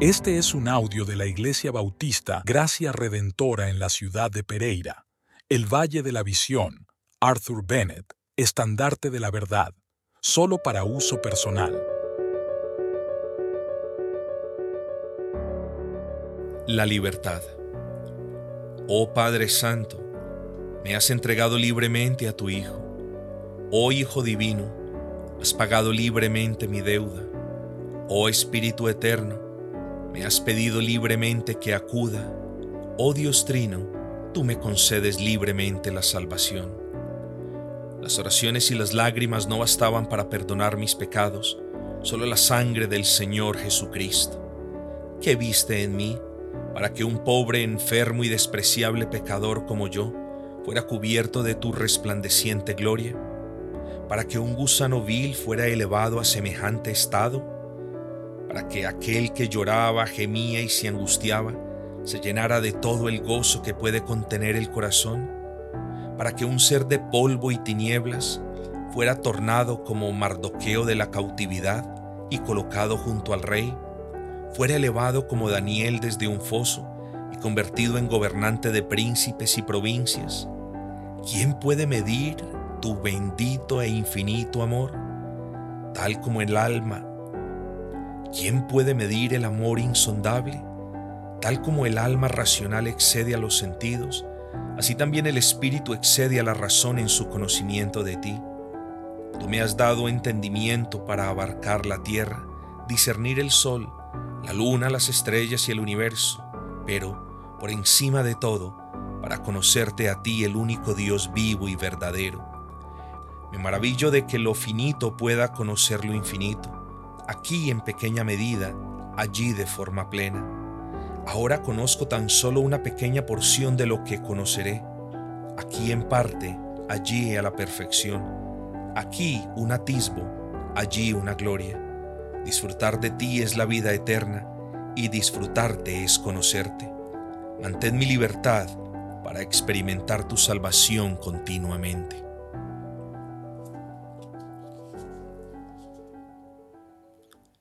Este es un audio de la Iglesia Bautista Gracia Redentora en la ciudad de Pereira, el Valle de la Visión, Arthur Bennett, Estandarte de la Verdad, solo para uso personal. La libertad. Oh Padre Santo, me has entregado libremente a tu Hijo. Oh Hijo Divino, has pagado libremente mi deuda. Oh Espíritu Eterno, me has pedido libremente que acuda. Oh Dios Trino, tú me concedes libremente la salvación. Las oraciones y las lágrimas no bastaban para perdonar mis pecados, solo la sangre del Señor Jesucristo. ¿Qué viste en mí para que un pobre, enfermo y despreciable pecador como yo fuera cubierto de tu resplandeciente gloria? ¿Para que un gusano vil fuera elevado a semejante estado? ¿Para que aquel que lloraba, gemía y se angustiaba se llenara de todo el gozo que puede contener el corazón? ¿Para que un ser de polvo y tinieblas fuera tornado como Mardoqueo de la cautividad y colocado junto al rey? ¿Fuera elevado como Daniel desde un foso y convertido en gobernante de príncipes y provincias? ¿Quién puede medir tu bendito e infinito amor? Tal como el alma. ¿Quién puede medir el amor insondable? Tal como el alma racional excede a los sentidos, así también el espíritu excede a la razón en su conocimiento de ti. Tú me has dado entendimiento para abarcar la tierra, discernir el sol, la luna, las estrellas y el universo, pero, por encima de todo, para conocerte a ti, el único Dios vivo y verdadero. Me maravillo de que lo finito pueda conocer lo infinito, aquí en pequeña medida, allí de forma plena. Ahora conozco tan solo una pequeña porción de lo que conoceré, aquí en parte, allí a la perfección, aquí un atisbo, allí una gloria. Disfrutar de ti es la vida eterna, y disfrutarte es conocerte. Mantén mi libertad para experimentar tu salvación continuamente.